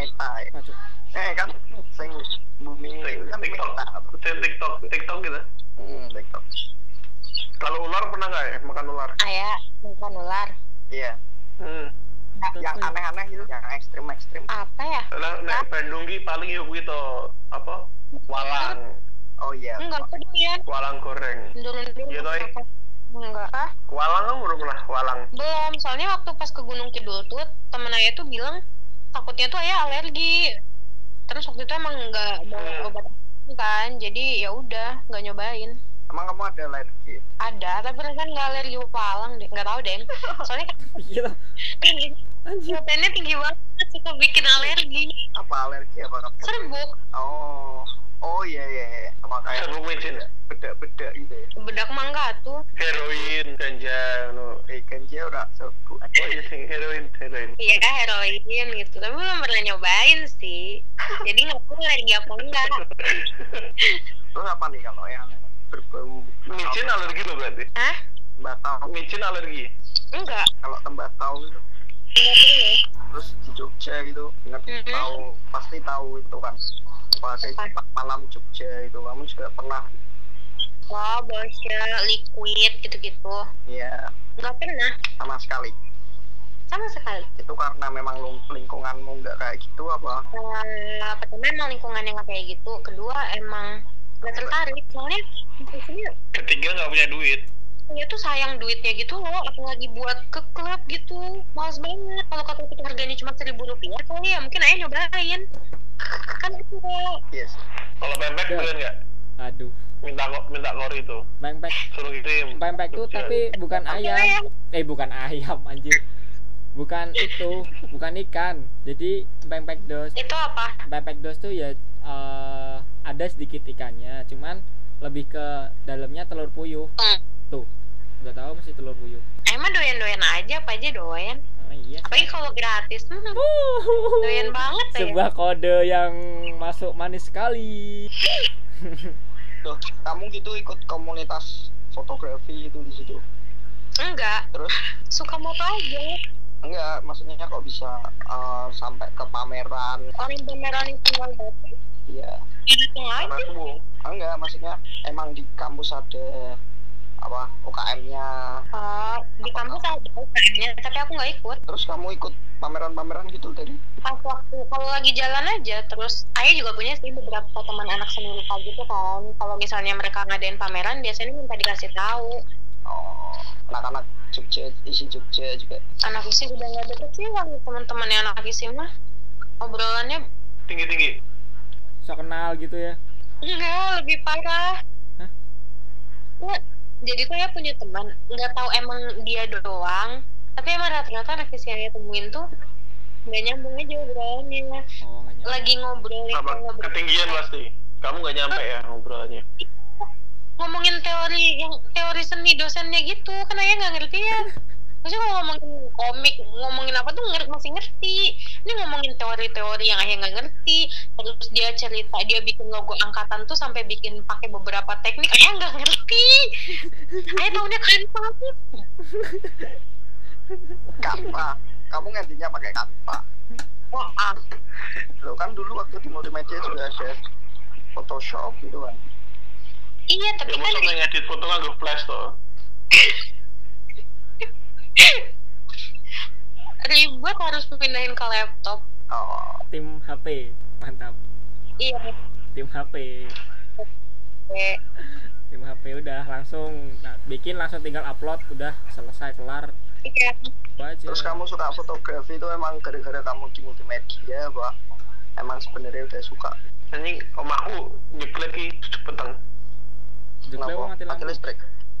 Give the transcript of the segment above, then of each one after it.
Meta ya. Kan sing booming kan Meta. TikTok gitu. TikTok. Kalau ular pernah nggak ya makan ular? Ayah makan ular. Iya. Yang aneh-aneh gitu, yang ekstrim. Apa ya? Nek Bandung ki paling yo kuwi to apa? Walang. Oh iya. Enggak kemudian. Walang goreng. Dulu Iya toh. Enggak. Walang kamu udah pernah walang? Belum, soalnya waktu pas ke Gunung Kidul tuh temen ayah tuh bilang takutnya tuh ayah alergi. Terus waktu itu emang nggak bawa obat kan, jadi ya udah nggak nyobain. Emang kamu ada alergi? Ada, tapi kan nggak alergi walang deh, nggak tahu deh. Soalnya kan Gila. proteinnya tinggi banget, suka bikin alergi. Apa alergi apa? Serbuk. Oh iya. Sama kayak Serbuk micin. Beda gitu ya. Bedak mangga tuh. Heroin, ganja, no. Ganja udah serbuk. Oh iya sih, heroin. Iya kan heroin gitu, tapi belum pernah nyobain sih. Jadi nggak tahu alergi apa enggak. Terus apa nih kalau yang berbau Micin alergi lo berarti? Hah? tembakau? Micin alergi? Enggak. Kalau tembakau gitu. Enggak pernah. Terus di Jogja gitu, tahu pasti tahu itu kan. Apa malam Jogja itu kamu juga pernah? Wah, bosnya liquid gitu-gitu. Iya. Enggak pernah. Sama sekali. Sama sekali. Itu karena memang lingkunganmu nggak kayak gitu apa? Pertama emang lingkungannya nggak kayak gitu. Kedua emang nggak tertarik. Soalnya Ketiga nggak punya duit. dia tuh sayang duitnya gitu loh. Apalagi buat ke klub gitu. Males banget. Kalau ke klub itu harganya cuma Rp1.000. Soalnya ya mungkin ayah nyobain. Kan itu. Yes. Kalau pempek boleh nggak? Aduh. Minta ngori itu. Pempek. Suruh kirim. Pempek tuh tapi bukan ayam. Bukan ayam anjir. Bukan itu, bukan ikan. Jadi pempek dos. Itu apa? Pempek dos tuh ya ada sedikit ikannya, cuman lebih ke dalamnya telur puyuh. Tuh, nggak tahu masih telur puyuh. Emang doyan-doyan aja, apa aja doyan. Oh, iya. Apalagi kalau gratis, doyan banget ya. Sebuah kode yang masuk manis sekali. Tuh, kamu gitu ikut komunitas fotografi itu di situ? Enggak. Terus? Suka moto aja. Enggak, maksudnya kok bisa sampai ke pameran? Orang pameran itu nggak datang. Iya. Ya datang aja. Enggak, maksudnya emang di kampus ada apa UKM-nya? Di kampus ada UKM-nya, tapi aku nggak ikut. Terus kamu ikut pameran-pameran gitu tadi? Pas waktu kalau lagi jalan aja, terus ayah juga punya sih beberapa teman anak seni rupa gitu kan. Kalau misalnya mereka ngadain pameran, biasanya minta dikasih tahu. Oh, anak-anak Jogja, isi Jogja juga. Anak isi udah nggak deket sih, kan teman-temannya anak isi mah obrolannya Tinggi. So kenal gitu ya? enggak, lebih parah. Hah? Nggak, jadi tuh ya punya teman, nggak tahu emang dia doang, tapi emang rata-rata anak isi yang temuin tuh nggak nyambung aja obrolannya. Oh, nggak nyambung. Lagi ngobrol. Ketinggian pasti. Kamu nggak nyampe ya ngobrolannya? Ngomongin teori seni dosennya gitu, kan ayah nggak ngerti ya. Maksudnya kalau ngomongin komik, ngomongin apa tuh masih ngerti. Ini ngomongin teori-teori yang ayah nggak ngerti. Terus dia cerita, dia bikin logo angkatan tuh sampai bikin pakai beberapa teknik, ayah nggak ngerti. Ayah taunya keren banget. Canva. Kamu ngertinya pakai Canva. Wah, Lo kan dulu waktu di multimedia juga ada Photoshop gitu kan. iya tapi Ya kan masa ngedit foto nganggo flash toh. ribet harus pindahin ke laptop. Oh, Tim HP, mantap. Iya. Tim HP. Tim HP udah langsung bikin, langsung tinggal upload, udah selesai, kelar. Iya. Aja. terus kamu suka fotografi itu emang gara-gara kamu di multimedia apa? Emang sebenarnya udah suka? Anjing omahku nyeklek ki peteng. Jeklek mati lampu. listrik.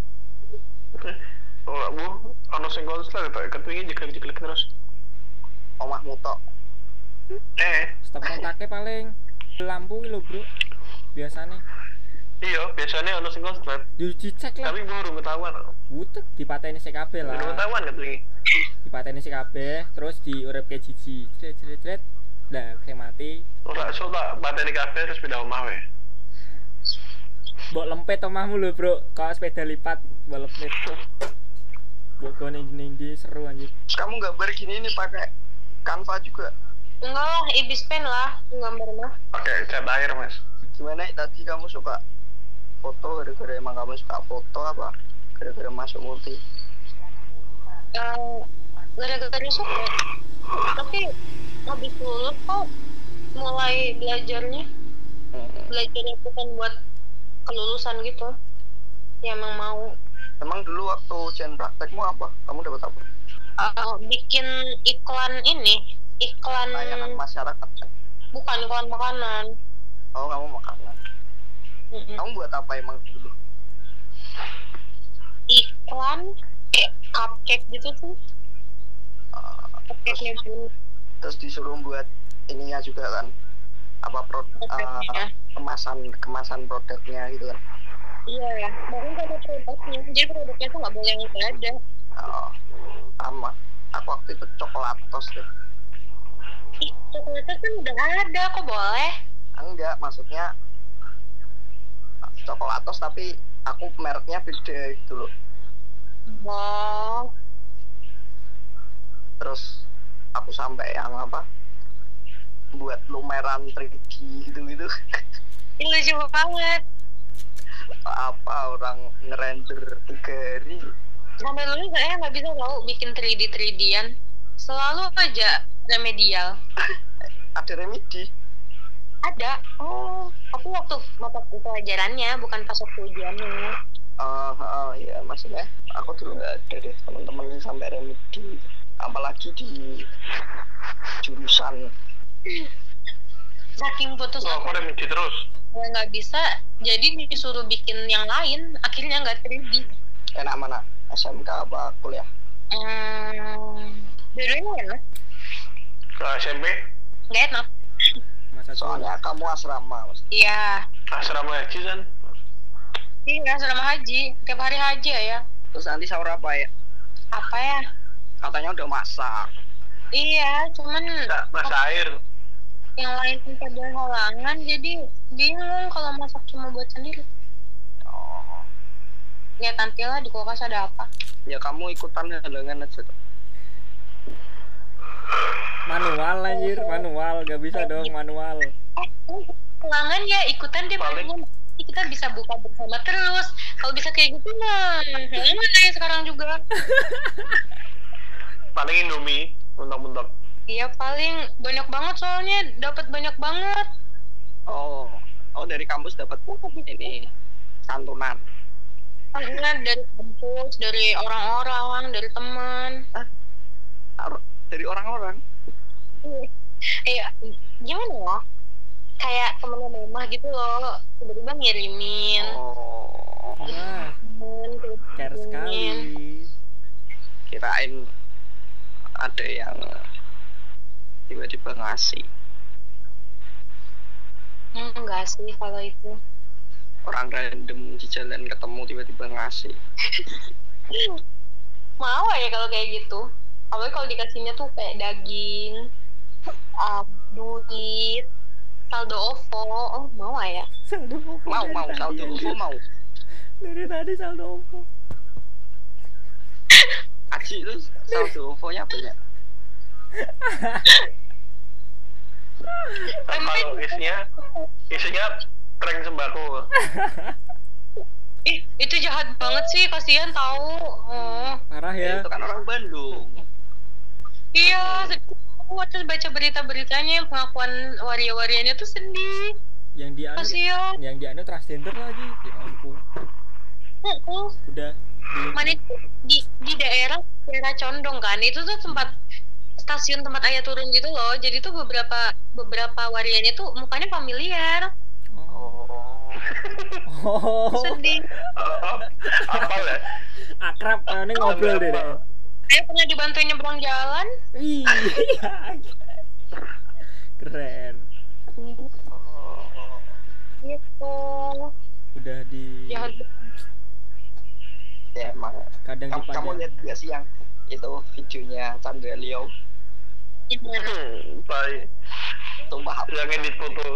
Ora bu, ono sing konslet tak kepengin jeklek terus. Omahmu tok. Stop kontaknya paling lampu lho bro, biasanya. Iya, biasanya ono sing konslet. Dicek lah. Tapi baru ketahuan. Butek dipateni sik kabeh lah. Baru ketahuan katanya. Dipateni sik kabeh, terus diuripke jiji. Cret. Lah, kayak mati. Ora iso tak pateni kabeh terus pindah omah wae. Mbok lempet omahmu lho, Bro. Kok sepeda lipat, mbok lempet. Mbok go ning di seru anjir. Terus kamu gambar gini ini pakai Canva juga? Enggak lah, ibis pen lah gambar mah. Pakai cat air, Mas. Gimana tadi kamu suka foto gara-gara emang kamu suka foto apa? Gara-gara masuk multi? Gara-gara suka. Tapi habis lulus kok mulai belajarnya. Belajarnya bukan buat kelulusan gitu. Ya emang mau. Emang dulu waktu ujian praktekmu apa? Kamu dapat apa? Bikin iklan ini, iklan Layanan masyarakat kan? bukan iklan makanan. Oh, kamu makanan. Kamu buat apa emang dulu? Iklan kayak cupcake gitu sih. Cupcake-nya dulu. Terus disuruh buat ininya juga kan? Apa Produknya. kemasan produknya gitu kan? Iya ya, bahkan ada produknya. Jadi produknya tuh nggak boleh yang nggak ada. Sama. Aku waktu itu coklatos deh. Ih, coklatnya kan udah ada, kok boleh? Enggak, maksudnya coklatos tapi aku mereknya beda gitu loh. Wow. Terus aku sampai yang apa? Buat lumeran 3D gitu-gitu. Ini lucu banget. Apa orang ngerender 3 hari. Sampai dulu saya nggak bisa tahu bikin 3D-an. Selalu aja remedial. Ada remedi. Ada. Oh, tapi waktu mata pelajarannya, bukan pas waktu ujiannya. Iya, maksudnya aku dulu nggak ada deh teman-teman sampai remedi. Apalagi di jurusan. Saking putus Oh, aku remedi terus. nggak bisa, jadi disuruh bikin yang lain, akhirnya nggak 3D. Enak mana? SMK apa kuliah? Dua-duanya enak. Ke SMP, Nggak enak. Masa Soalnya kamu asrama. Mas. Iya. asrama haji kan. Iya, selama haji. Tiap hari haji ya. Terus nanti sahur apa ya? Apa ya? Katanya udah masak. Iya, cuman Nggak, masa air. yang lain pun pada halangan, jadi bingung kalau masak cuma buat sendiri. Oh. Lihat nanti lah di kulkas ada apa. Ya kamu ikutan halangan aja tuh. manual anjir, manual gak bisa dong manual. Halangan ya ikutan deh Paling- paling. Kita bisa buka bersama terus. Kalau bisa kayak gitu mah, halangan ya sekarang juga. Paling Indomie, mentok-mentok. Iya paling banyak banget soalnya dapat banyak banget. Oh dari kampus dapat ini santunan. Karena dari kampus, dari orang-orang, dari teman. Dari orang-orang. Gimana ya? Kayak temennya mama gitu loh, tiba-tiba ngirimin. Oh, Wah, care sekali. kirain ada yang tiba-tiba ngasih. Enggak sih kalau itu. Orang random di jalan ketemu tiba-tiba ngasih. Mau ya kalau kayak gitu. Apalagi kalau dikasihnya tuh kayak daging, duit, saldo OVO. Oh, mau ya? Saldo OVO. Mau saldo OVO mau. Dari tadi saldo OVO. Aji itu saldo OVO-nya banyak. Kalau isinya prank sembako. Ih, itu jahat banget sih, kasihan tahu. Oh. Parah ya. Itu kan orang Bandung. Iya, sedih. Terus baca berita-beritanya, pengakuan waria-warianya tuh sedih. Yang di anu, Kasihan. yang di anu transgender lagi. Ya ampun. Udah di Mana itu di daerah Condong kan, itu tuh tempat stasiun tempat ayah turun gitu loh. Jadi tuh beberapa warianya tuh mukanya familiar. Oh. Sedih. Apa ya? Akrab, ini ngobrol deh. Saya pernah dibantuin nyebrang jalan. Iya. Keren. Gitu. Udah di Jahat. Ya emang. kadang Kamu dipanjang. lihat gak sih yang itu videonya Chandra Leo? Baik. Tumpah apa? Yang edit foto.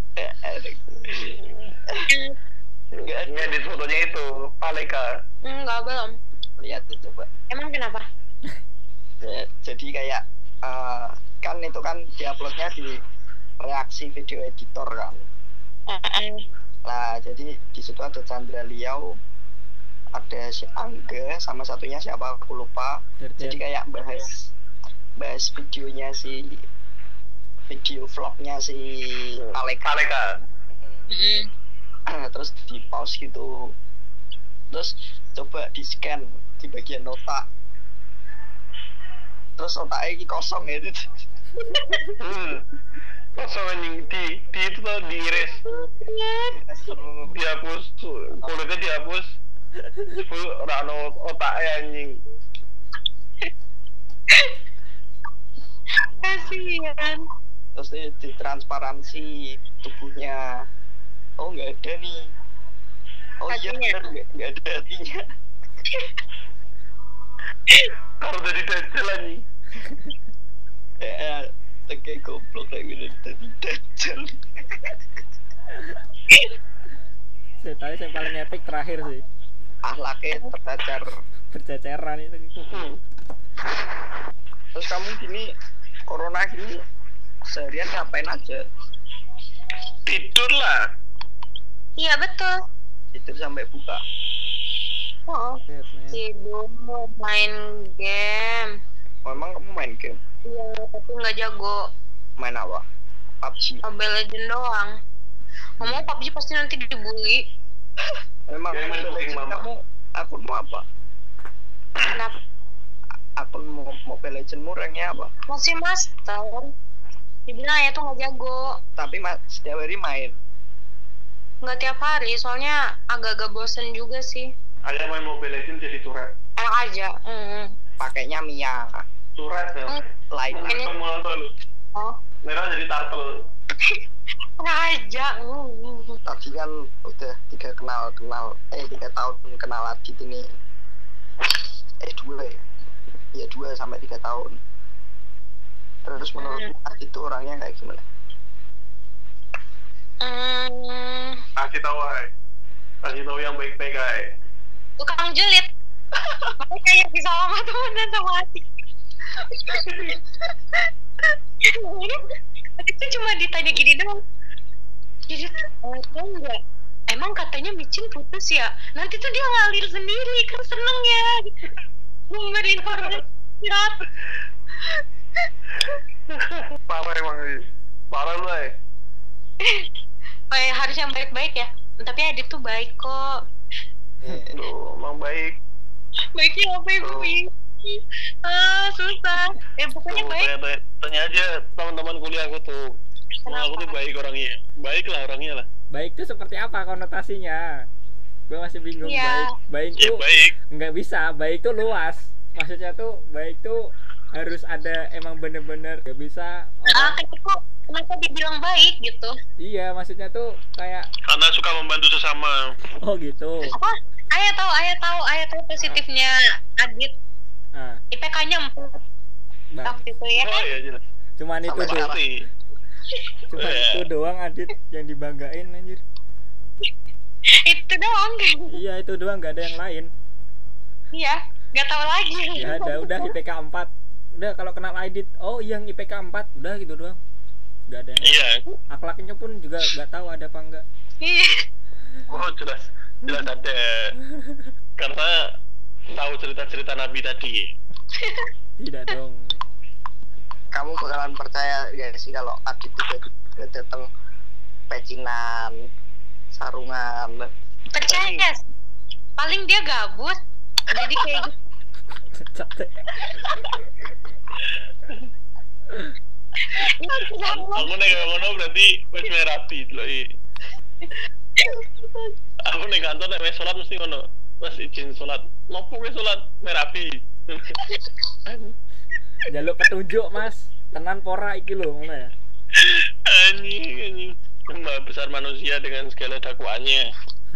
Enggak Ngedit fotonya itu, Paleka. Enggak, belum. lihat tuh coba. Emang kenapa? Ya, jadi kayak kan itu kan diuploadnya di reaksi video editor kan. Nah jadi di situ ada Chandra Liau, ada si Angga, sama satunya siapa aku lupa. Jadi kayak bahas videonya video vlognya si Aleka. Terus di pause gitu, terus coba di scan di bagian otak, terus otaknya ini kosong ya itu. Kosong anjing, di itu tuh diiris, dihapus, kulitnya dihapus, rano otaknya anjing. Kasihan. Terus di transparansi tubuhnya, oh nggak ada nih, oh iya benar nggak ada hatinya. Kalau dari dajjal anjing. Kayak goblok kayak gini dari dajjal. Saya tahu yang paling epic terakhir sih. Ahlaknya Berceceran itu. Terus kamu gini corona gini seharian ngapain aja? Tidur lah. Iya betul. Tidur sampai buka. Oh, tidur, main game. Oh, emang kamu main game? Iya, tapi nggak jago. Main apa? PUBG. Mobile Legend doang. Ngomong PUBG pasti nanti dibully. Memang kamu akunmu apa? Kenapa? Akun Mobile Legend-mu ranknya apa? Masih master. Dibilang ya tuh nggak jago. Tapi setiap hari main. Nggak tiap hari, soalnya agak-agak bosen juga sih. Ada main Mobile Legends jadi turret. Enak aja. Pakainya Mia. Turret ya. Lain. Semua tuh lu. Oh. Merah jadi turtle. Enak aja. Tadi kan udah 3 tahun kenal Adit ini. 2 ya? Ya 2 sampai 3 tahun. Terus menurutmu Adit itu orangnya kayak gimana? Kasih tahu yang baik-baik guys. Tukang julid. Makanya kayak bisa lama temenan sama Atik. Itu cuma ditanya gini doang. Jadi enggak. Emang katanya micin putus ya? Nanti tuh dia ngalir sendiri, kan seneng ya. Memberi informasi. Parah emang sih. Parah lu Harus yang baik-baik ya. Tapi Adit tuh baik kok. Loh, emang baik. Baiknya apa ya gue bingung. Susah. Pokoknya Tuh, baik. tanya aja teman-teman kuliah aku tuh. Aku tuh baik orangnya. Baik lah orangnya lah. Baik tuh seperti apa konotasinya? Gue masih bingung. Iya. Baik Ya tuh baik. nggak bisa. Baik tuh luas. Maksudnya tuh baik tuh harus ada emang bener-bener nggak bisa orang. Kenapa dibilang baik gitu? Iya, maksudnya tuh kayak Karena suka membantu sesama. oh gitu. Apa? Ayah tahu positifnya Adit. Ah, IPK-nya 4 bang. waktu itu ya Oh kan? iya jelas. Cuman itu Sampai doang. Pasti. Cuman itu doang Adit yang dibanggain anjir. Itu doang kan? Iya, itu doang, nggak ada yang lain. Iya, nggak tahu lagi. Ya ada, udah IPK 4. Udah kalau kenal Adit, oh yang IPK 4, udah gitu doang. Nggak ada yang lain. Iya. Akhlaknya pun juga nggak tahu ada apa enggak. Iya. Oh jelas ada. Karena tahu cerita-cerita Nabi tadi. Tidak dong. Kamu bakalan percaya gak sih kalau Adit tiba-tiba datang pecinan, sarungan? Percaya. Paling dia gabut. Jadi kayak gitu. Capek. Aku nek ngono berarti wis rapi lho. Aku nek kantor nek wis salat mesti ngono. Wes izin salat. Nopo wis salat merapi. Jaluk petunjuk, Mas. Tenan pora iki lho, ngono ya. Anjing. Maha besar manusia dengan segala dakwaannya.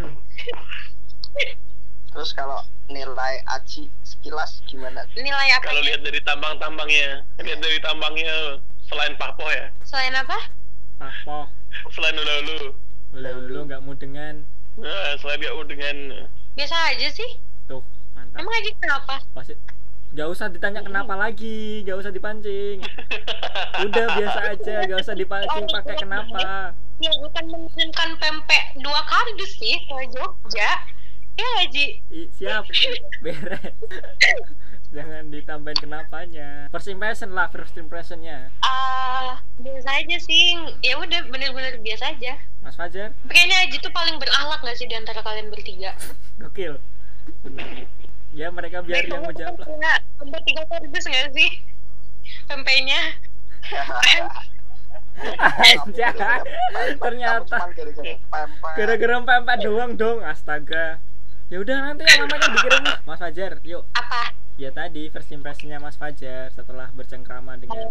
Terus kalau nilai Aji sekilas gimana? Nilai apa? Kalau lihat dari tambangnya selain papoh ya. Selain apa? Papoh. Selain ulu-ulu. Ulu nggak mudengan. Nah, selain gak dengan Biasa aja sih. Tuh, mantap. Emang aja kenapa? Pasti Gak usah ditanya kenapa lagi, gak usah dipancing. Udah biasa aja, gak usah dipancing pakai kenapa. Yang akan mengirimkan pempek 2 kardus sih ke Jogja. Ya nggak, Ji? Siap, beres. Jangan ditambahin kenapanya. First impressionnya. Biasa aja sih. Ya udah bener-bener biasa aja. Mas Fajar, Kayaknya Aji tuh paling berakhlak nggak sih di antara kalian bertiga? gokil. Bener. Ya mereka biar yang menjawab lah. Udah 3 kardus nggak sih pempeknya? Anjay, ternyata gara-gara pempek doang dong, astaga. Ya udah nanti yang namanya dikirim Mas Fajar, yuk. Apa? Ya tadi first impressionnya Mas Fajar setelah bercengkrama dengan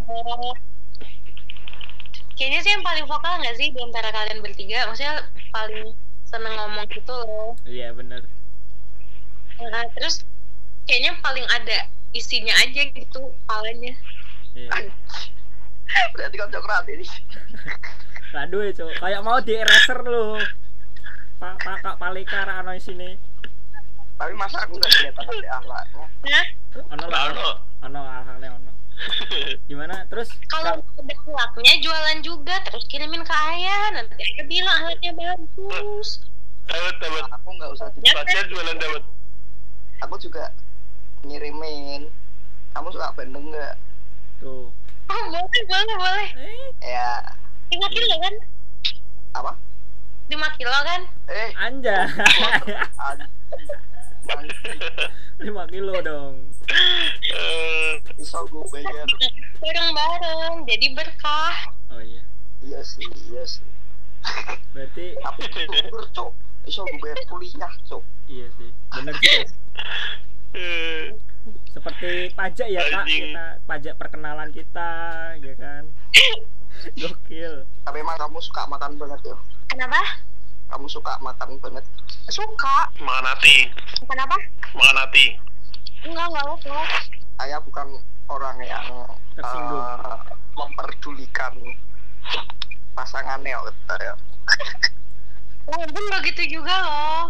Kayaknya sih yang paling vokal nggak sih di antara kalian bertiga? Maksudnya paling seneng ngomong gitu loh. Iya bener. Nah, terus kayaknya paling ada isinya aja gitu kepalanya. Iya. Berarti kan coklat ini. Aduh ya cowok, kayak mau di eraser lu. Pak Paleka ra ono sini. Tapi masa aku nggak kelihatan ada akhlaknya. Nah, Ono lah. Ono akhlaknya ono. Gimana? Terus kalau udah akhlaknya jualan juga, terus kirimin ke ayah. Nanti ayah bilang akhlaknya bagus. Dawet. Aku nggak usah. Fajar jualan dawet. Aku juga ngirimin. Kamu suka bandeng nggak? tuh. Oh boleh. Ya. 5 kilo kan? Apa? 5 kilo kan? Anjay. 5 kilo dong. Bisa gue bayar. Bareng-bareng, jadi berkah. Oh iya. Iya sih. Berarti Tapi gugur cok. Bisa gue bayar kuliah cok. iya sih. Bener juga. Seperti pajak ya Kak, Anjing. kita pajak perkenalan kita, ya kan. Gokil. Tapi emang kamu suka makan banget ya? Kenapa? Kamu suka makan banget? Suka. Makan hati. Kenapa? Makan hati. Enggak suka. Saya bukan orang yang Tersinggung. memperdulikan pasangannya ya. Oh, pun begitu juga loh.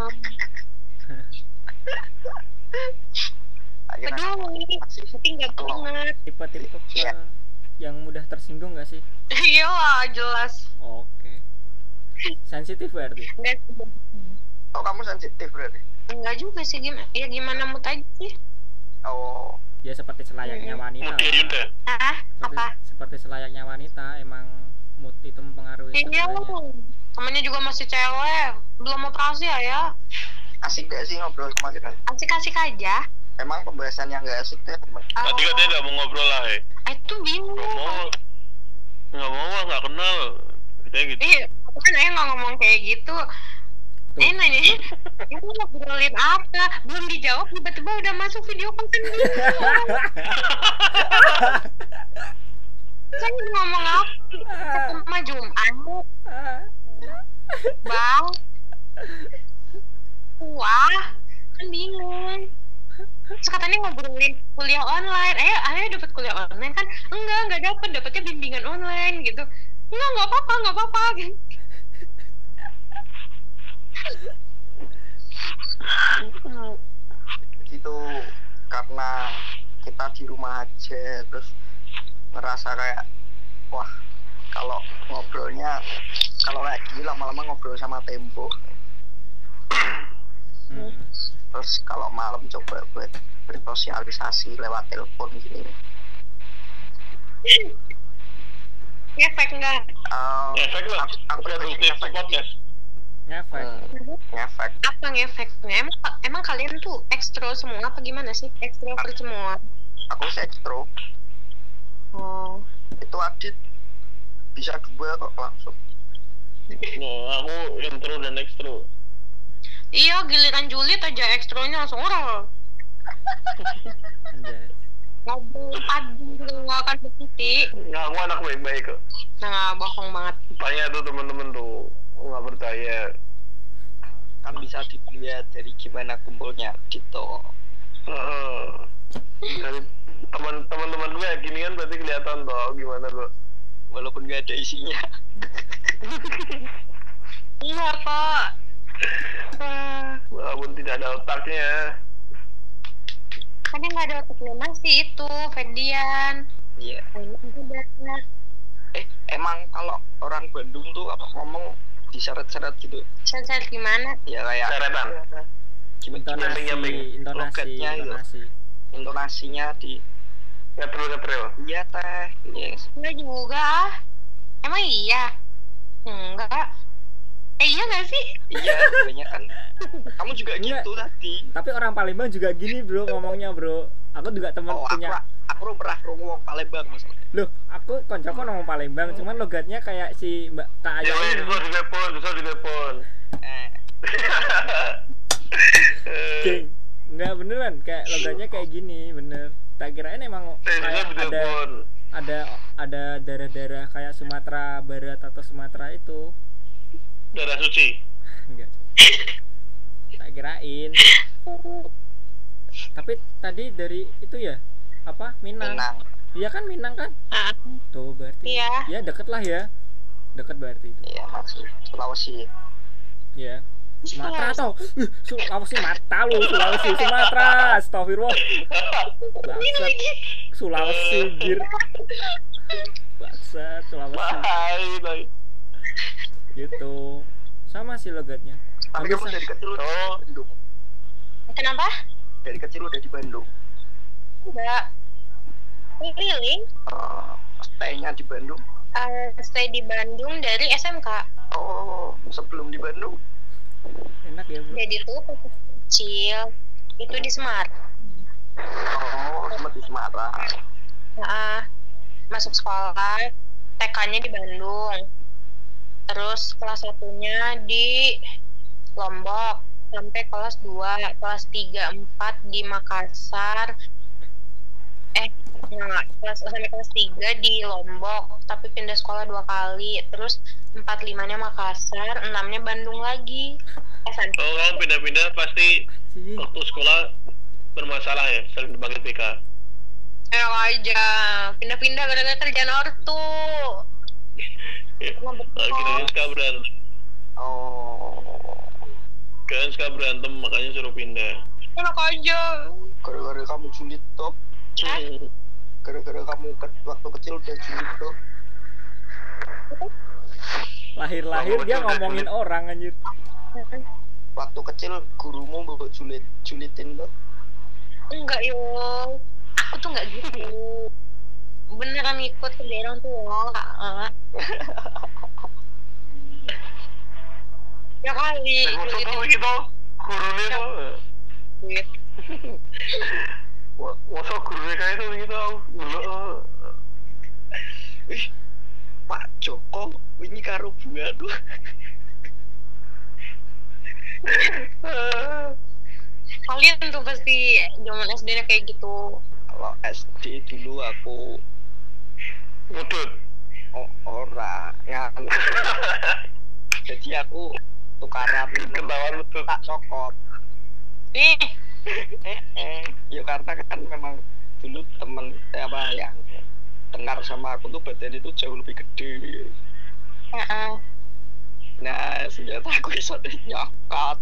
Akhirnya Peduli. masih Tapi nggak banget. Tipe-tipe Iya. yang mudah tersinggung gak sih? Iya lah, jelas. Oke. Sensitif berarti. Oh kamu sensitif berarti? Enggak juga sih, gimana mood aja sih. Oh Ya seperti selayaknya wanita. Mutia lah. Yunda. Apa? Seperti selayaknya wanita, emang mood itu mempengaruhi Iya, segalanya. temennya juga masih cewek, belum operasi ya. asik gak sih ngobrol sama kita? Asik-asik aja. Emang pembahasan yang gak asik tuh apa? Tadi katanya nggak mau ngobrol lah, Itu bingung. Nggak mau lah, nggak kenal. Katanya gitu. Iya, aku kan nggak ngomong kayak gitu. Tuh. Nanya, itu ngobrolin apa? Belum dijawab, tiba-tiba udah masuk video konten gitu. Saya ngomong apa? Ketemu Jumat, Bang. Wah, kan bingung. Terus katanya ngobrolin kuliah online. Ayo dapat kuliah online kan? Enggak dapat, dapatnya bimbingan online gitu. Enggak apa-apa gitu. Gitu karena kita di rumah aja terus ngerasa kayak wah kalau ngobrolnya kalau kayak gini lama-lama ngobrol sama tembok. Terus kalau malam coba buat bersosialisasi lewat telepon gini. Ngefek enggak? Efek lah. Aku Produktif podcast. Ngefek. ngefek. Apa ngefeknya? Emang kalian tuh ekstro semua apa gimana sih? Ekstrovert semua. Aku sekstro. Oh. Itu Adit bisa 2 kok langsung. Nah, aku intro dan extro. Iya, giliran julid aja ekstronya langsung orang. Anjay. Ngobrol padu nggak akan berhenti. Nggak, aku anak baik-baik kok. Nah, bohong banget. Tanya tuh temen-temen tuh, nggak percaya. Kan bisa dilihat dari gimana kumpulnya gitu. Dari teman-teman gue gini kan berarti kelihatan tuh gimana tuh. Walaupun gak ada isinya. Iya, Pak. Walaupun tidak ada otaknya. Kan nggak ada otaknya masih itu Ferdian. Iya. Udah. Emang kalau orang Bandung tuh apa ngomong diseret-seret gitu? Sensor gimana? Ya kayak Seretan. gimana Intonasi. intonasinya di Ngetril. iya teh. Yes. Enggak juga. Emang iya? Enggak. Iya nggak sih? Iya, banyak kan. Kamu juga Enggak. gitu tadi. Tapi orang Palembang juga gini bro ngomongnya bro. Aku juga temen Oh, punya. aku pernah ngomong Palembang masalah. Loh, aku koncoku ngomong Palembang, cuman logatnya kayak si Mbak Kak Aya ini. Susah di telepon. Geng. Enggak beneran, kayak logatnya kayak gini, bener. Tak kirain emang kayak ada daerah-daerah kayak Sumatera Barat atau Sumatera itu. Darah suci. Enggak. Tak kirain. Tapi tadi dari itu ya, apa? Minang. Iya kan Minang kan? Tuh berarti. Iya. Ya deket lah ya. Deket berarti itu. Iya, masih Sulawesi. Ya. Sumatera tau. Sulawesi mata lu, Sulawesi Sumatera. Astagfirullah. Bangsat. Sulawesi gir. Bangsat Sulawesi. Bye. Gitu. Sama sih logatnya. Tapi kamu dari kecil udah di Bandung. Kenapa? Dari kecil udah di Bandung. Enggak. Keliling. Stay-nya di Bandung. Stay di Bandung dari SMK. Oh, sebelum di Bandung. Enak ya bro. Jadi tuh pas kecil itu di Semarang. Oh, sempat di Semarang. Masuk sekolah TK-nya di Bandung. Terus kelas 1-nya di Lombok sampai kelas 2, kelas 3, 4 di Makassar. Sampai kelas 3 di Lombok, tapi pindah sekolah 2 kali. Terus 4, 5-nya Makassar, 6-nya Bandung lagi. SMP. Oh, kamu pindah-pindah pasti waktu sekolah bermasalah ya, sering dipanggil PK. Enak aja, pindah-pindah gara-gara kerjaan ortu. Akhirnya suka berantem. Oh, Kalian suka berantem makanya suruh pindah. Enak aja. gara-gara kamu julid top. Gara-gara kamu waktu kecil udah julid top. Lahir-lahir dia ngomongin orang anjir. Waktu kecil gurumu bawa julitin lo. Enggak yo, aku tuh nggak gitu. Beneran ikut ke orang tua. Ya kali. Maksud tuh gitu, gurunya tuh. Masa gurunya kayak itu gitu, Pak Joko, ini karo bunga tuh. Kalian tuh pasti zaman SD-nya kayak gitu. Kalau SD dulu aku Ngudut. ora yang jadi aku tukaran Ketahuan ngudut. tak cokot. Ya karena kan memang dulu temen apa yang dengar sama aku tuh badan itu jauh lebih gede. Nah, senjata aku bisa nyokot.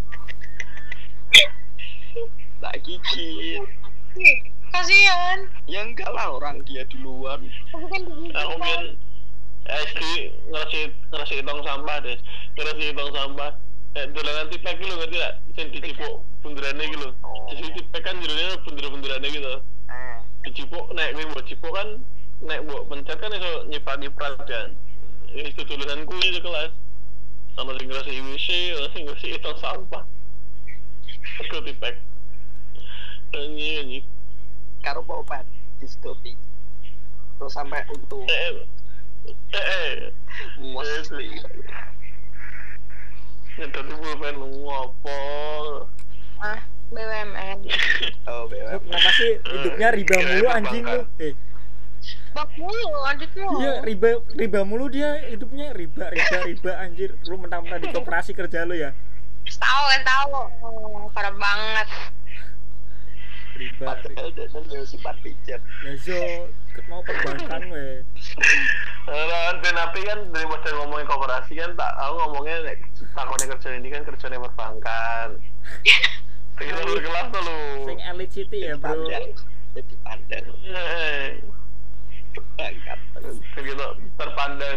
Tak gigit. Kasihan. Ya enggak lah, orang dia duluan. Tapi kan digigit. Aku mungkin SD ngerasi tong sampah deh, ngerasi tong sampah. Dolanan tipek gitu ngerti gak? Yang dicipuk bunderannya gitu. Jadi tipek kan judulnya bunder-bunderannya gitu. Dicipuk naik gue buat cipuk kan, naik buat pencet kan itu nyiprat kan. Itu tulisanku itu kelas. Sama sing ngerasi WC, sama sing ngerasi tong sampah. Aku tipek. Anjing. Karo obat diskotik. Terus sampai untung. Mesti. Tadi gue pengen ngopo. BUMN. Oh, Lu kenapa sih hidupnya riba mulu anjing lu? Bak mulu adikmu. Iya riba mulu dia hidupnya riba anjir. Lu mentang-mentang di koperasi kerja lu ya. Tahu. Parah banget. Riba. Padahal dan sifat pijat. Lezo mau perbankan we. Kan tapi kan dari pas ngomongin koperasi kan tak aku ngomongnya takutnya kerja ini kan kerjanya perbankan. Kita berkelas tuh lu. Sing elite city ya, Bro. Jadi pandang. Bangkat. Begitu terpandang.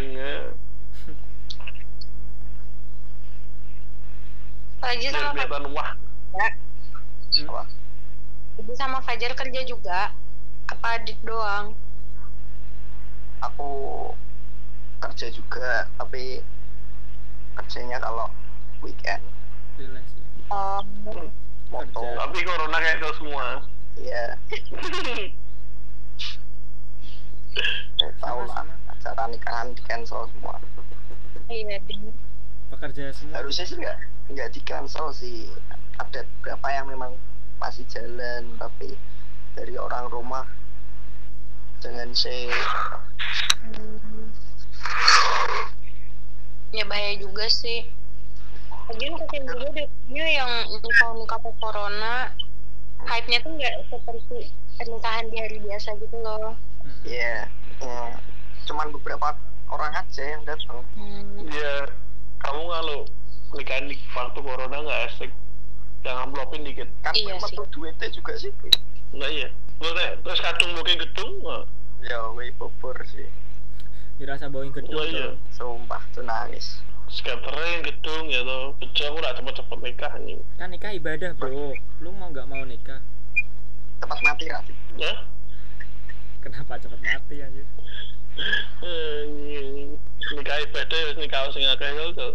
Lagi sama Kelihatan wah. Apa? Ibu sama Fajar kerja juga. Apa Adit doang? Aku kerja juga, tapi kerjanya kalau weekend. Freelance ya. Moto. Kerja. Tapi corona kayak itu semua. Iya. Tahu lah, Sama-sama. acara nikahan di cancel semua. Iya, bener. Pekerja semua. Harusnya sih nggak di cancel sih. Ada beberapa yang memang masih jalan, tapi dari orang rumah dengan Ya bahaya juga sih. Lagian kasihan juga dia yang nikah pas corona, hype-nya tuh nggak seperti pernikahan di hari biasa gitu loh. ya cuman beberapa orang aja yang datang. Iya. Kamu kalau nikahan di waktu corona nggak asik. Jangan amplopin dikit. Kan Iya memang sih. tuh duitnya juga sih. Enggak iya. Terus kadung booking gedung nggak? Ya weh bobor sih. Dirasa bawain gedung. Oh, iya. tuh. Sumpah tuh nangis. Skatering gedung ya toh. Bejo aku nggak cepet-cepet nikah nih. Kan nikah ibadah, Bro. Lu mau nggak mau nikah? Cepat mati Rati. Ya? Kenapa cepet mati anjir? Nikah ibadah ya nikah sing akeh itu.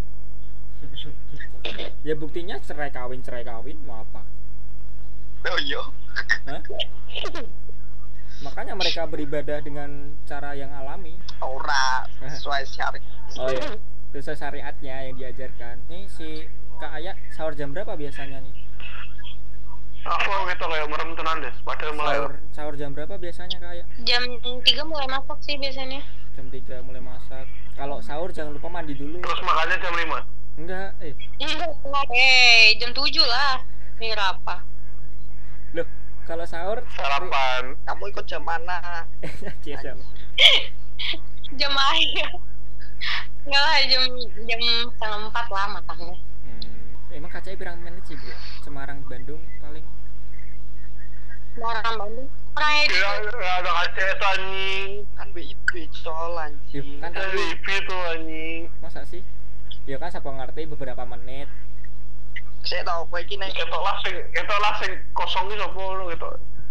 Ya buktinya cerai kawin mau apa? Oh iya. Hah? Makanya mereka beribadah dengan cara yang alami. Ora sesuai syariat. Oh iya, sesuai syariatnya yang diajarkan. Nih si Kak Aya sahur jam berapa biasanya nih? Aku gitu kayak merem tenan deh. Padahal mulai Sahur jam berapa biasanya Kak Aya? Jam 3 mulai masak sih biasanya. Jam 3 mulai masak. Kalau sahur jangan lupa mandi dulu. terus makannya jam 5. Enggak, Jam 7 lah. Ini apa? loh, kalau sahur Sarapan. Kamu ikut jam mana? Cie, jam. Jam akhir. Enggak lah, jam 3:30 lah makannya. Emang kacanya pirang menit sih, Bro? Semarang, Bandung paling. Orang Bandung. Orangnya di Ya ada kaca anjing. Kan BIP col anjing. Kan tapi VIP tuh anjing. masa sih? Ya kan siapa ngerti beberapa menit. Saya tahu kowe iki nek Ketok lah sing kosong iki sapa lu gitu.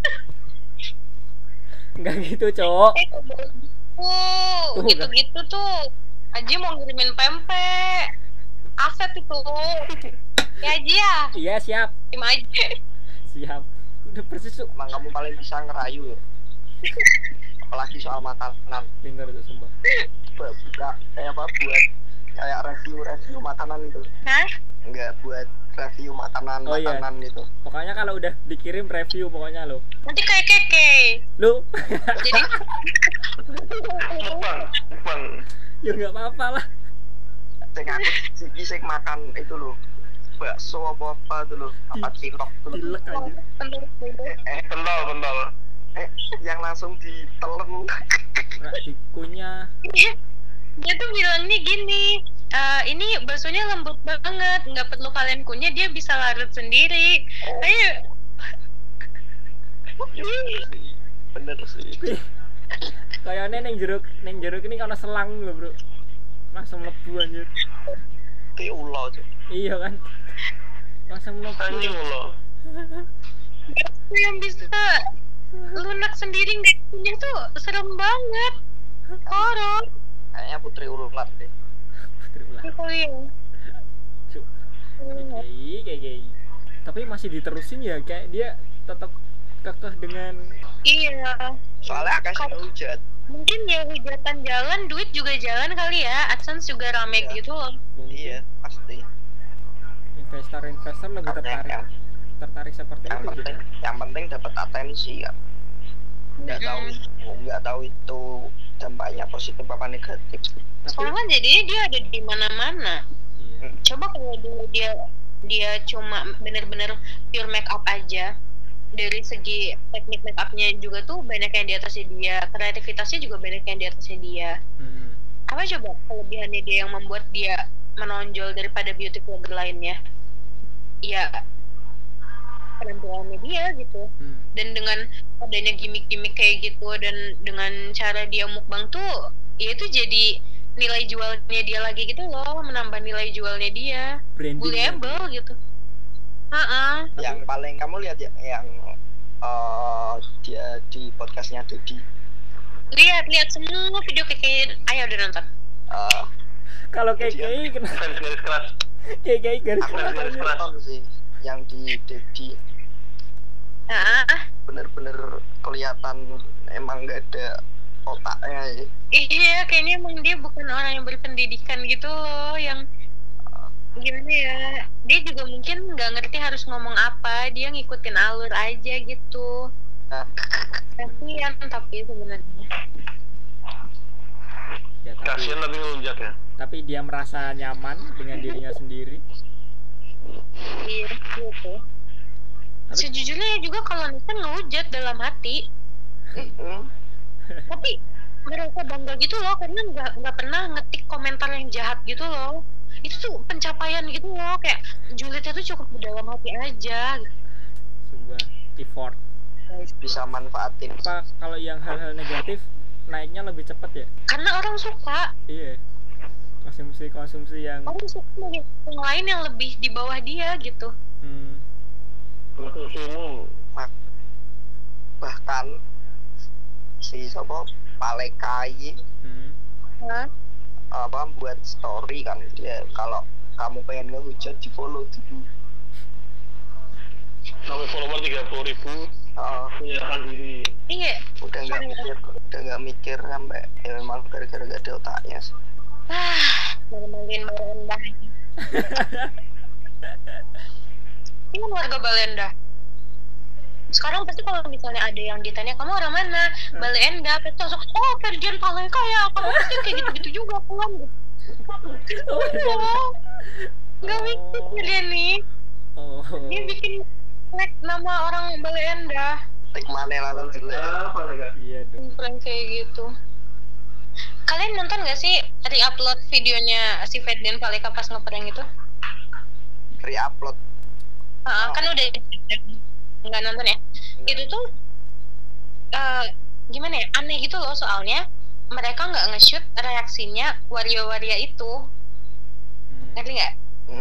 Enggak gitu, Cok. Tuh, gitu-gitu tuh. Aji mau ngirimin pempek. Aset itu. Ya Aji ya. Iya, siap. Tim aja. Siap. Udah persis tuh. emang kamu paling bisa ngerayu ya. Apalagi soal makanan. Pintar tuh sumpah. Buka kayak apa buat kayak review makanan itu. Hah? Enggak buat review makanan Oh, iya. gitu. Pokoknya kalau udah dikirim review pokoknya lo. Nanti kayak keke. Lu Jadi Bang. ya enggak apa-apa lah. Sing aku sing makan itu loh. Bakso apa tuh loh. Apa cilok tuh loh. Dilek aja. Pendal. Yang langsung ditelen. Rak dikunyah. dia tuh bilangnya gini, ini baksonya lembut banget, nggak perlu kalian kunyah, dia bisa larut sendiri. Ayo. Bener sih. Kayaknya neng jeruk ini karena selang loh, Bro. Langsung mlebu anjir. Kayak ulo tuh. Iya kan? Langsung Anjing mlebu. lo. Bakso yang bisa lunak sendiri nggak kunyah tuh serem banget. Horor. Kayaknya putri ular deh. Terulah. Itu ya. Cuk. Kayak. Tapi masih diterusin ya, kayak dia tetap kekeh dengan Iya. Soalnya akan hujat. Mungkin ya hujatan jalan, duit juga jalan kali ya. AdSense juga rame Iya. gitu loh. mungkin Iya, pasti. investor lebih tertarik seperti Yang itu penting, gitu. yang penting dapat atensi kan. Nggak tahu itu dampaknya positif apa negatif. Sekarang kan jadinya dia ada di mana-mana. Iya. Coba kalau dulu dia cuma bener-bener pure make up aja, dari segi teknik make upnya juga tuh banyak yang di atasnya dia, kreativitasnya juga banyak yang di atasnya dia. Apa coba kelebihannya dia yang membuat dia menonjol daripada beauty blogger lainnya? Ya penampilannya dia gitu. Dan dengan adanya gimmick-gimmick kayak gitu dan dengan cara dia mukbang tuh ya itu jadi nilai jualnya dia lagi gitu loh, menambah nilai jualnya dia. Bullyable gitu. Yang paling kamu lihat ya yang dia di podcastnya Dodi. Lihat semua video KKI, ayo udah nonton. Kalau KKI kenapa? Garis keras. KKI garis keras sih yang di Dodi. Bener-bener kelihatan emang nggak ada otaknya ya. Iya, kayaknya emang dia bukan orang yang berpendidikan gitu loh, yang gimana ya, dia juga mungkin nggak ngerti harus ngomong apa, dia ngikutin alur aja gitu. Kasian tapi sebenarnya. Ya, kasian tapi ngelunjak ya. Tapi dia merasa nyaman dengan dirinya sendiri. Iya, gitu. Sejujurnya juga kalau Nathan ngehujat dalam hati. Tapi merasa bangga gitu loh, karena nggak pernah ngetik komentar yang jahat gitu loh. Itu tuh pencapaian gitu loh, kayak julidnya tuh cukup di dalam hati aja. Sebuah effort. Bisa manfaatin. Apa kalau yang hal-hal negatif naiknya lebih cepat ya? Karena orang suka. Iya. Konsumsi yang orang suka yang lain yang lebih di bawah dia gitu. Bahkan si sopo Palekai buat story kan dia, kalau kamu pengen ngehujat di follow dulu. Sampai follower 30.000 menyerahkan diri. Iya. Udah nggak mikir sampai ya memang gara-gara gak ada otaknya sih. Ngomongin Balenda. Ini kan warga Balenda. Sekarang pasti kalau misalnya ada yang ditanya kamu orang mana, Balenda, pasti langsung Ferdian Paleka ya, kamu pasti kayak gitu-gitu juga kan. Nggak mikir dia nih. Dia bikin flag nama orang Balenda. Tik mana lah jelek. Iya dong. Kayak gitu. Kalian nonton gak sih re-upload videonya si Ferdian Paleka pas ngeprank itu? Re-upload? Kan udah nggak nonton ya? Itu tuh gimana ya? Aneh gitu loh, soalnya mereka nggak nge-shoot reaksinya waria-waria itu. Ngerti nggak?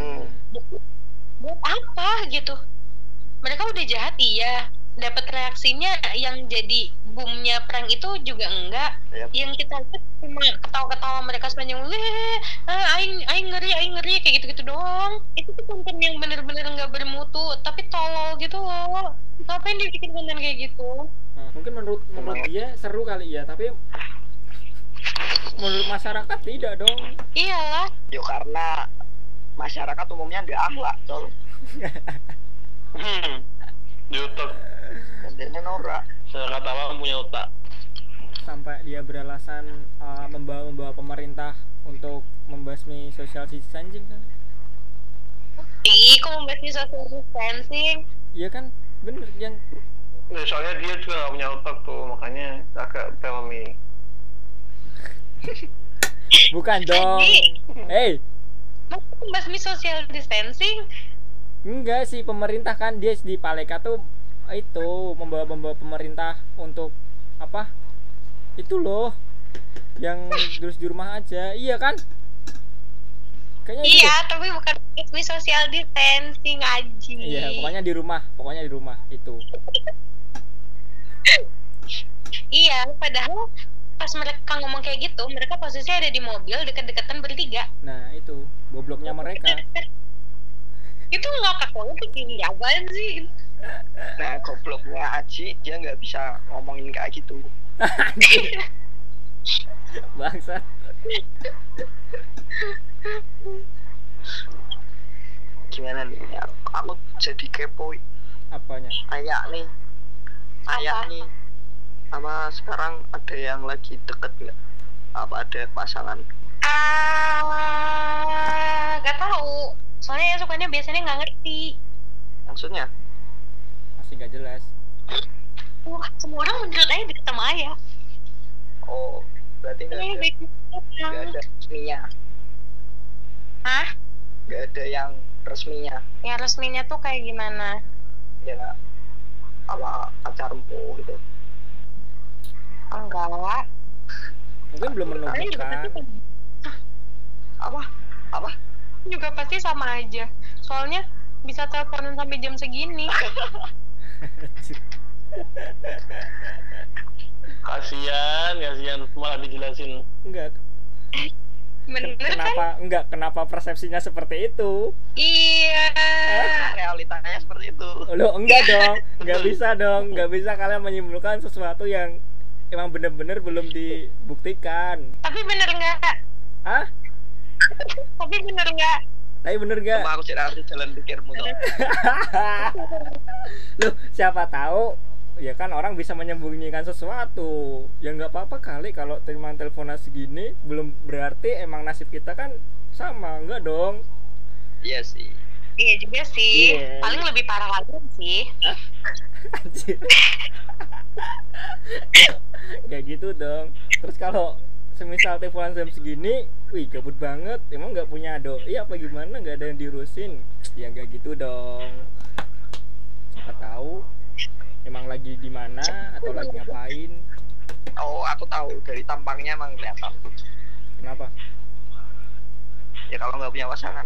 Buat apa gitu? Mereka udah jahat iya, dapat reaksinya yang jadi boomnya prank itu juga enggak. Yang kita lihat cuma ketawa-ketawa mereka sepanjang aing ngeri kayak gitu-gitu doang. Itu tuh konten yang bener-bener nggak bermutu, tapi tolol gitu loh. Ngapain dia bikin konten kayak gitu? Mungkin menurut dia seru kali ya, tapi menurut masyarakat tidak dong. Iyalah. Yo karena masyarakat umumnya nggak akhlak, col. Di otak. Kontennya norak. Masyarakat awam punya otak. Sampai dia beralasan membawa pemerintah untuk membasmi social distancing kan? Kok membasmi social distancing? Iya kan, bener yang. Ya, soalnya dia juga nggak punya otak tuh, makanya agak pelmi. Bukan dong. Hey. Mau membasmi social distancing? Enggak sih, pemerintah kan dia di Paleka tuh itu membawa pemerintah untuk apa? Itu loh yang terus di rumah aja. Iya kan? Kayaknya iya, tapi bukan membasmi social distancing aja. Iya, pokoknya di rumah itu. Iya, padahal pas mereka ngomong kayak gitu, mereka posisinya ada di mobil dekat-dekatan bertiga. Nah, itu gobloknya mereka. Itu ngakak banget ini apaan sih? Nah, gobloknya Aji, dia nggak bisa ngomongin kayak gitu. Bangsat. Gimana nih? Ya, aku jadi kepo. Apanya? Ayah nih. Apa sekarang ada yang lagi deket nggak? Apa ada pasangan? Gak tahu. Soalnya ya sukanya biasanya nggak ngerti. Maksudnya? Masih nggak jelas. Semua orang menurut aja deket sama ayah. Oh, berarti nggak ada resminya. Hah? Nggak ada yang resminya. Yang resminya tuh kayak gimana? ya apa pacarmu gitu? Enggak. Mungkin belum menemukan. Apa? Juga pasti sama aja. Soalnya bisa teleponan sampai jam segini. Kasian malah dijelasin. Enggak. Bener kan? Kenapa persepsinya seperti itu? Iya. Realitanya seperti itu. Loh, enggak dong. Enggak bisa kalian menyimpulkan sesuatu yang emang bener-bener belum dibuktikan. Tapi bener nggak? Hah? Tapi bener nggak? Cuma aku tidak ngerti jalan pikirmu tuh. Loh, siapa tahu ya kan orang bisa menyembunyikan sesuatu. Ya nggak apa-apa kali kalau terima teleponan segini, belum berarti emang nasib kita kan sama, enggak dong? Iya sih. Iya juga sih. Yeah. Paling lebih parah lagi sih. Anjir. Kayak gitu dong. Terus kalau semisal teleponan jam segini, wih gabut banget, emang nggak punya doi apa gimana, nggak ada yang diurusin? Ya nggak gitu dong. Siapa tahu emang lagi di mana atau lagi ngapain. Oh, aku tahu dari tampangnya emang kelihatan. Kenapa? Ya kalau nggak punya pasangan.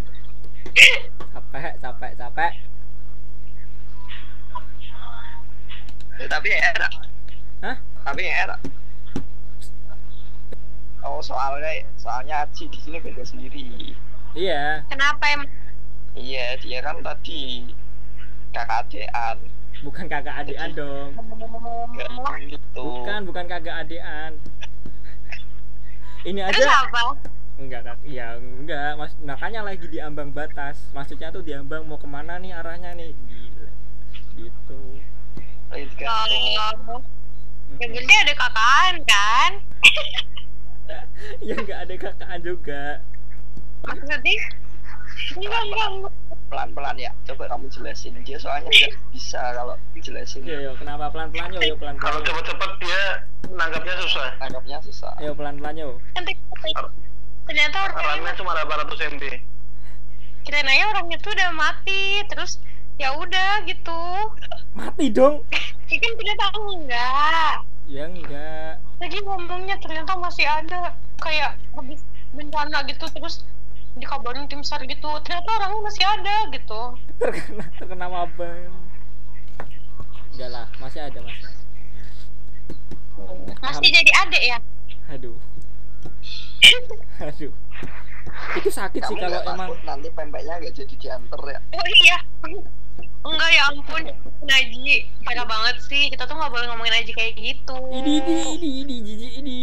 Capek. Ya, tapi ya enak. Hah? Tapi ya enak. Oh, soalnya Aji di sini beda sendiri. Iya. Kenapa emang? Iya, dia kan tadi kakak adean. Bukan kakak adean dong. Enggak gitu. Bukan kakak adean. Ini Terus aja. apa? Enggak, Mas. Makanya lagi di ambang batas. Maksudnya tuh di ambang mau kemana nih arahnya nih. Gila. Gitu. Oh, ya berarti ada kakaan kan? Ya nggak ada kakaan juga. Maksudnya? Enggak. Pelan-pelan ya, coba kamu jelasin. Dia soalnya nggak bisa kalau jelasin. Yo, kenapa pelan-pelan yo pelan-pelan. Kalau cepet-cepet dia nanggapnya susah. Anggapnya susah. Yo pelan-pelan yo. Ternyata Orangnya cuma 800 MB. kirain aja orangnya tuh udah mati, terus ya udah gitu. Mati dong. Ikan tidak tahu enggak. Ya enggak. Tadi ngomongnya ternyata masih ada, kayak habis bencana gitu, terus dikabarin tim SAR gitu, ternyata orangnya masih ada gitu. Terkena wabah. Enggak lah, masih ada. Masih jadi adek ya? Aduh. Itu sakit sih Kamu kalau nggak emang takut nanti pempeknya nggak jadi diantar ya? Oh iya. Enggak, ya ampun, Naji parah banget sih. Kita tuh nggak boleh ngomongin Naji kayak gitu. ini jijik ini.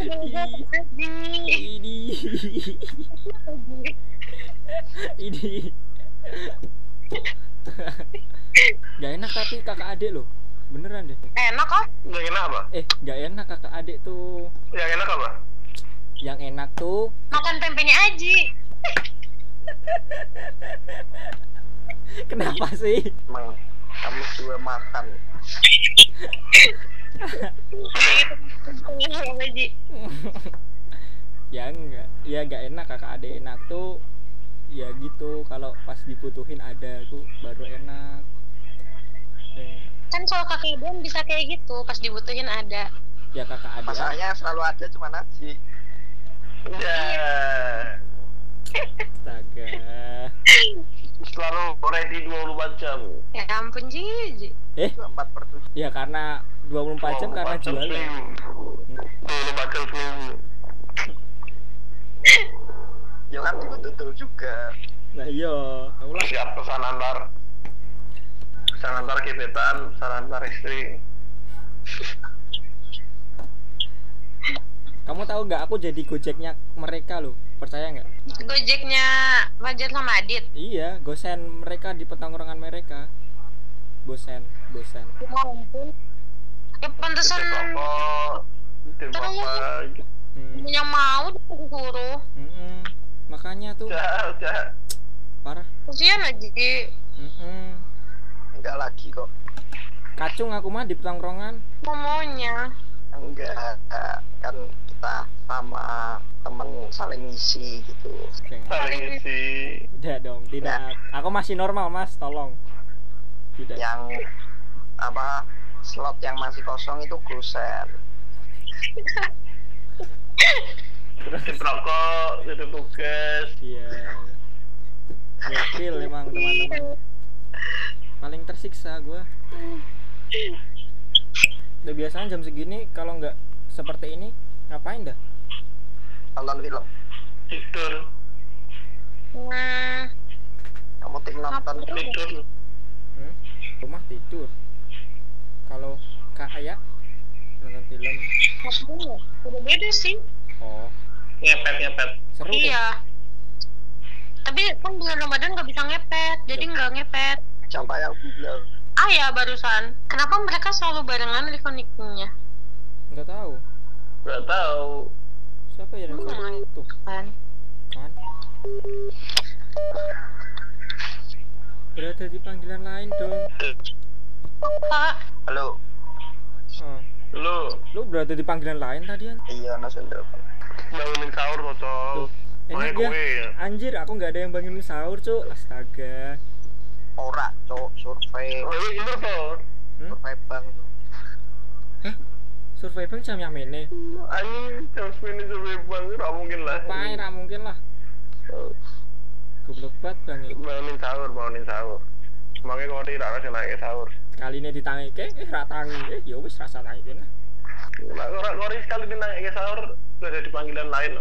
Gak enak tapi kakak adik loh, beneran deh. Enak kok. Yang enak apa? Gak enak kakak adik tuh. Yang enak apa? Yang enak tuh Makan pempeknya Aji. kenapa sih? Emang kamu juga makan. Aji. Ya enggak, ya gak enak kakak adik enak tuh. Ya gitu, kalau pas dibutuhin ada tuh baru enak. Kan kalau kakak Don bisa kayak gitu, pas dibutuhin ada. Ya kakak adik. Masalahnya selalu ada cuma Naji. Ya. Astaga. Selalu ready 24 jam. Ya ampun Ji. 4/7. Ya karena 24 jam karena jualan. 24 jam seminggu. Ya kan betul juga. Nah iya, ulah. Siap pesan antar gebetan, pesan antar istri. Kamu tahu nggak aku jadi gojeknya mereka loh, percaya nggak? Gojeknya Fajar sama Adit. Iya, gosen mereka di petangkurangan mereka. Bosen. Ya ampun. Ya pantesan yang mau disuruh. Makanya tuh Udah. parah. Kasihan aja. Enggak lagi kok. Kacung aku mah di petangkurangan. Maunya. Enggak, kan kita sama temen saling ngisi gitu. Saling isi. Tidak dong, tidak. Aku masih normal mas, tolong. Tidak. Yang apa slot yang masih kosong itu gosen. Terus Tip rokok, titip tugas. iya. Gokil emang teman-teman. Paling tersiksa gua. Udah biasanya jam segini kalau nggak seperti ini ngapain dah? Nonton film. Tidur. Kamu tim nonton film. Tidur. Rumah tidur. Kalau Kak Aya nonton film. Udah beda sih. Oh, Ngepet. seru tuh. Iya. Tapi kan bulan Ramadan nggak bisa ngepet, jadi nggak ngepet. Siapa yang bilang? Ya barusan. Kenapa mereka selalu barengan reconnecting-nya? Nggak tahu. Gak tahu. Siapa ya yang tuh? Kan? Kan? Berada di panggilan lain dong. Pak, Halo. Lu Lu berada di panggilan lain tadian? Iya, nasen telepon. bangunin sahur botol. Enak ya? Anjir, aku nggak ada yang bangunin sahur, Cuk. Astaga. Ora, cok, survei. Bener toh. Survei bank itu. Survei bang jam yang mene. Anjing jam 9 survei bang itu gak mungkin lah. Paling ra mungkin lah. Goblok banget bang iki. Bangunin sahur. Semangat kok tidak harus naik sahur. Kali ini ditangike, ra tangi. Ya wis rasa tangi kene. Nah, orang sekali naik sahur udah ada di panggilan lain.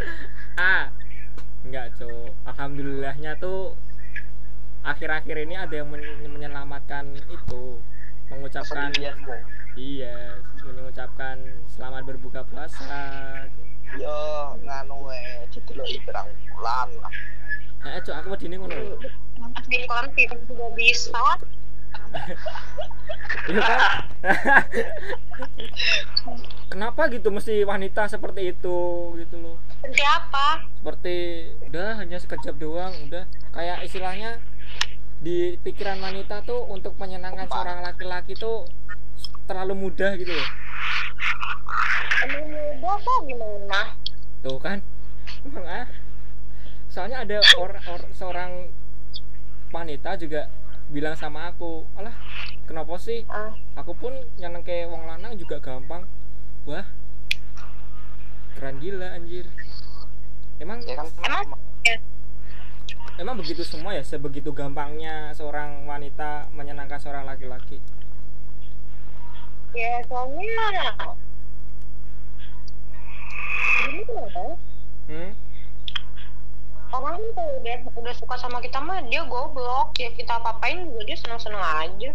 Enggak, Cuk. Alhamdulillahnya tuh akhir-akhir ini ada yang menyelamatkan itu, mengucapkan iya, mengucapkan selamat berbuka puasa. Yo nganu dideloki pirang bulan lah. Cuk, aku wedine ngono. bikin konten juga bisa. Iya kan? Kenapa gitu mesti wanita seperti itu gitu loh? Seperti apa? Seperti udah hanya sekejap doang, udah kayak istilahnya di pikiran wanita tuh untuk menyenangkan seorang laki-laki tuh terlalu mudah gitu loh. Emang mudah kok gimana? Tuh kan? Emang soalnya ada seorang wanita juga bilang sama aku, alah kenapa sih? Aku pun nyenengke wong lanang juga gampang. Wah, keren gila anjir. Emang Ya kan? emang begitu semua ya, sebegitu gampangnya seorang wanita menyenangkan seorang laki-laki. Ya soalnya gini loh. Orang tuh udah suka sama kita mah dia goblok, ya kita apa-apain juga dia seneng-seneng aja.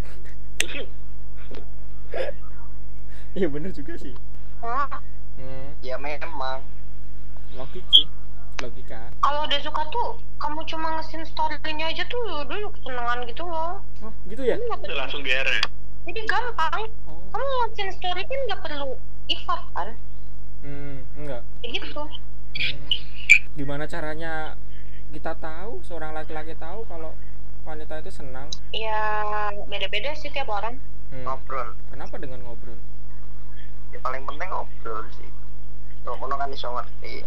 Iya bener juga sih. Ya memang. Logik sih, logika. Kalau udah suka tuh kamu cuma ngesin story-nya aja tuh udah kesenangan gitu loh. Oh gitu ya? Udah langsung GR ya? Jadi gampang. Kamu ngesin story kan nggak perlu effort kan? Enggak. Kayak gitu. Gimana caranya kita tahu, seorang laki-laki tahu kalau wanita itu senang? Ya beda-beda sih tiap orang. Ngobrol. Kenapa dengan ngobrol? Ya paling penting ngobrol sih. Kalau kono kan iso ngerti.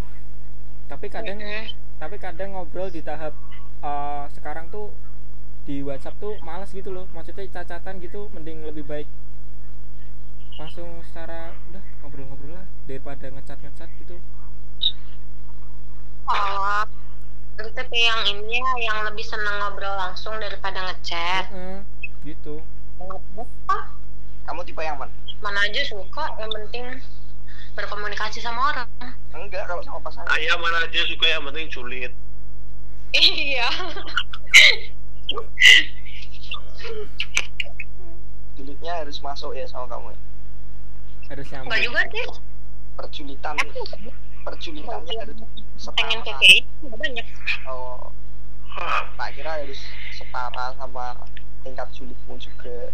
Tapi kadang ngobrol di tahap sekarang tuh di WhatsApp tuh malas gitu loh. Maksudnya cacatan gitu, mending lebih baik langsung secara udah ngobrol-ngobrol lah daripada ngechat gitu. Oh, tapi yang ini ya, yang lebih senang ngobrol langsung daripada ngechat. Gitu. Kamu tipe yang mana? Mana aja suka, yang penting berkomunikasi sama orang. Enggak, kalau sama pasangan. Ayah mana aja suka, yang penting julid. Iya. Julidnya harus masuk ya sama kamu. Harus nyambung. Enggak juga sih. Perjulitannya harus Pengen setara. kayak itu banyak. Oh, tak kira harus setara sama tingkat julidmu juga.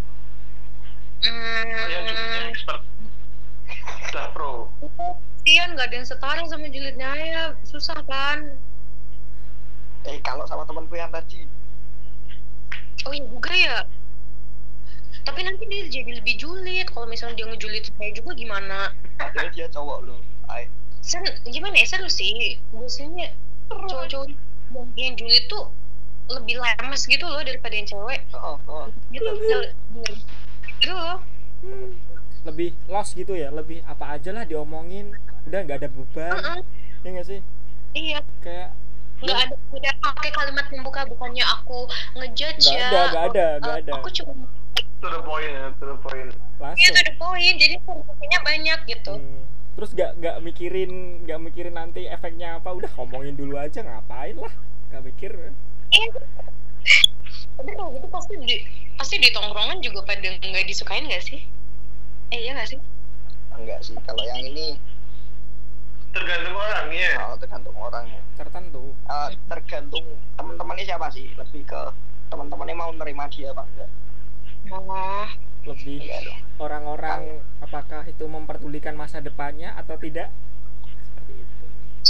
Ayah julidnya expert. Udah pro. Kasian nggak ada yang setara sama julidnya ya, susah kan? Kalau sama temanku yang tadi. Oh iya juga ya. Tapi nanti dia jadi lebih julid. Kalau misalnya dia ngejulit saya juga gimana? Padahal dia cowok loh. Gimana ya, seru sih. Biasanya cowok-cowok yang julid tuh lebih lemes gitu loh daripada yang cewek. Gitu loh. Lebih lost gitu ya, lebih apa aja lah diomongin, udah nggak ada beban. Ya nggak sih? Iya. Kayak nggak ada pakai kalimat pembuka, bukannya aku ngejudge ya. Nggak ada. Aku cuma to the point. Langsung. Iya, to the point. Jadi informasinya banyak gitu. Terus nggak mikirin nanti efeknya apa, udah ngomongin dulu aja, ngapain lah, nggak mikir. Iya. Tapi kalau gitu pasti di tongkrongan juga pada nggak disukain nggak sih? Iya nggak sih? Enggak sih, kalau yang ini tergantung orangnya. Tergantung orangnya. Tertentu. Tergantung teman-temannya siapa sih, lebih ke teman-temannya mau nerima dia apa enggak. Lebih orang-orang apakah itu memperdulikan masa depannya atau tidak, seperti itu.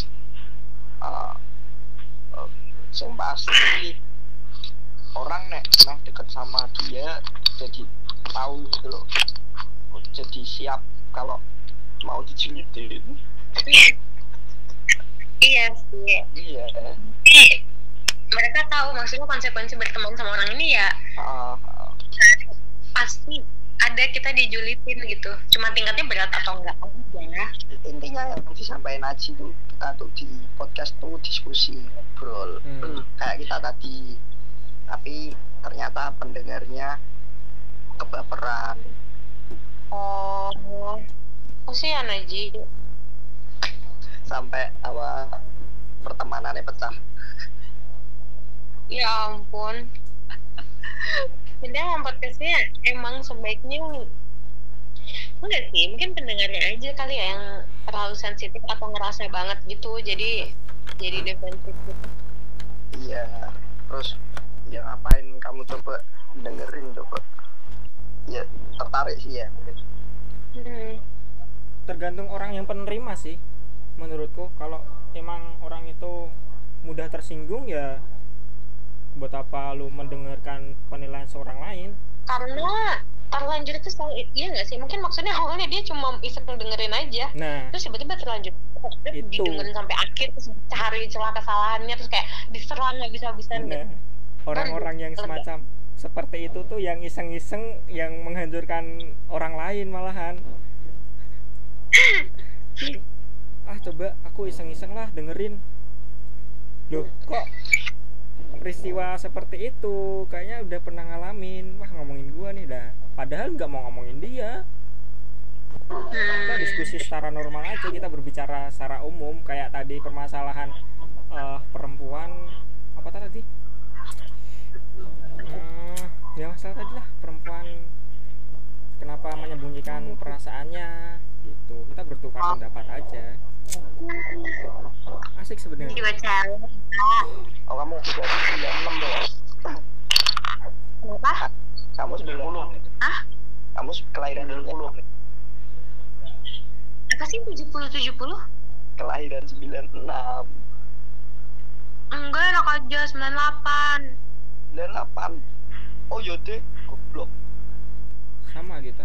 Yang pasti orang nek deket sama dia jadi tahu gitu loh, jadi siap kalau mau dijulitin. Iya sih. Iya. Mereka tahu maksudnya konsekuensi berteman sama orang ini ya. Pasti ada kita dijulitin gitu. Cuma tingkatnya berat atau enggak aja. Intinya yang disampaikan Aji tuh, kita tuh di podcast tuh diskusi, ngobrol. Kayak kita tadi. Tapi ternyata pendengarnya kebaperan. Kasihan Aji. Sampai pertemanannya pecah. Ya ampun. Padahal podcastnya emang sebaiknya enggak sih, mungkin pendengarnya aja kali ya yang terlalu sensitif atau ngerasa banget gitu, jadi defensif gitu. Iya, terus ya ngapain kamu coba dengerin coba, ya tertarik sih ya mungkin. Tergantung orang yang penerima sih menurutku. Kalau emang orang itu mudah tersinggung, ya buat apa lu mendengarkan penilaian seorang lain? Karena terlanjur itu selalu, iya nggak sih? Mungkin maksudnya awalnya dia cuma iseng dengerin aja, terus tiba-tiba terlanjur didengerin sampai akhir, terus cari celah kesalahannya, terus kayak diserang habis-habisan. Orang-orang yang semacam seperti itu tuh yang iseng-iseng, yang menghancurkan orang lain malahan. Coba aku iseng-iseng lah dengerin. Loh, kok peristiwa seperti itu kayaknya udah pernah ngalamin. Wah, ngomongin gua nih dah. Padahal nggak mau ngomongin dia. Kita diskusi secara normal aja, kita berbicara secara umum. Kayak tadi permasalahan perempuan apa tadi? Ya masalah tadi lah, perempuan kenapa menyembunyikan perasaannya gitu. Kita bertukar pendapat aja. Asik sebenarnya. Kamu udah 96 dong. Kenapa? Kamu 90. Kamu kelahiran 20. Apa sih 70? Kelahiran 96. Enggak, enak aja 98. 98. Oh yaudah, goblok. Sama kita.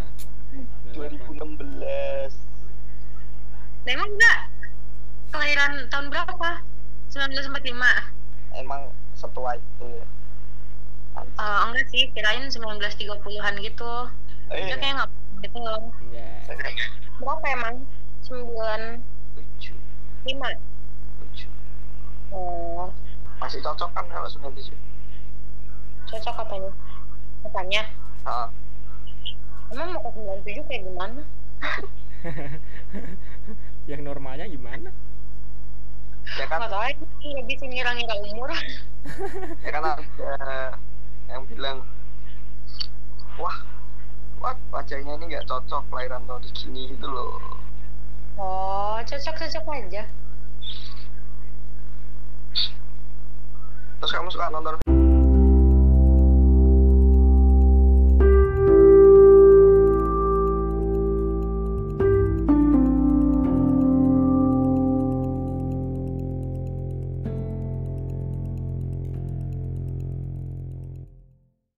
2016. Nah, emang enggak? Kelahiran tahun berapa? 1945. Emang setua itu ya? Enggak sih, kirain 1930-an gitu. Itu kayak nggak gitu loh. Berapa emang? 95. 7. Masih cocok kan kalau 97? Cocok katanya. Emang mau ke 97 kayak gimana? Yang normalnya gimana? Ya kan? Nggak tahu aja, nggak bisa ngira-ngira umur. Ya kan ada yang bilang, wah wajahnya ini nggak cocok kelahiran tahun segini gitu loh. Oh, cocok aja. Terus kamu suka nonton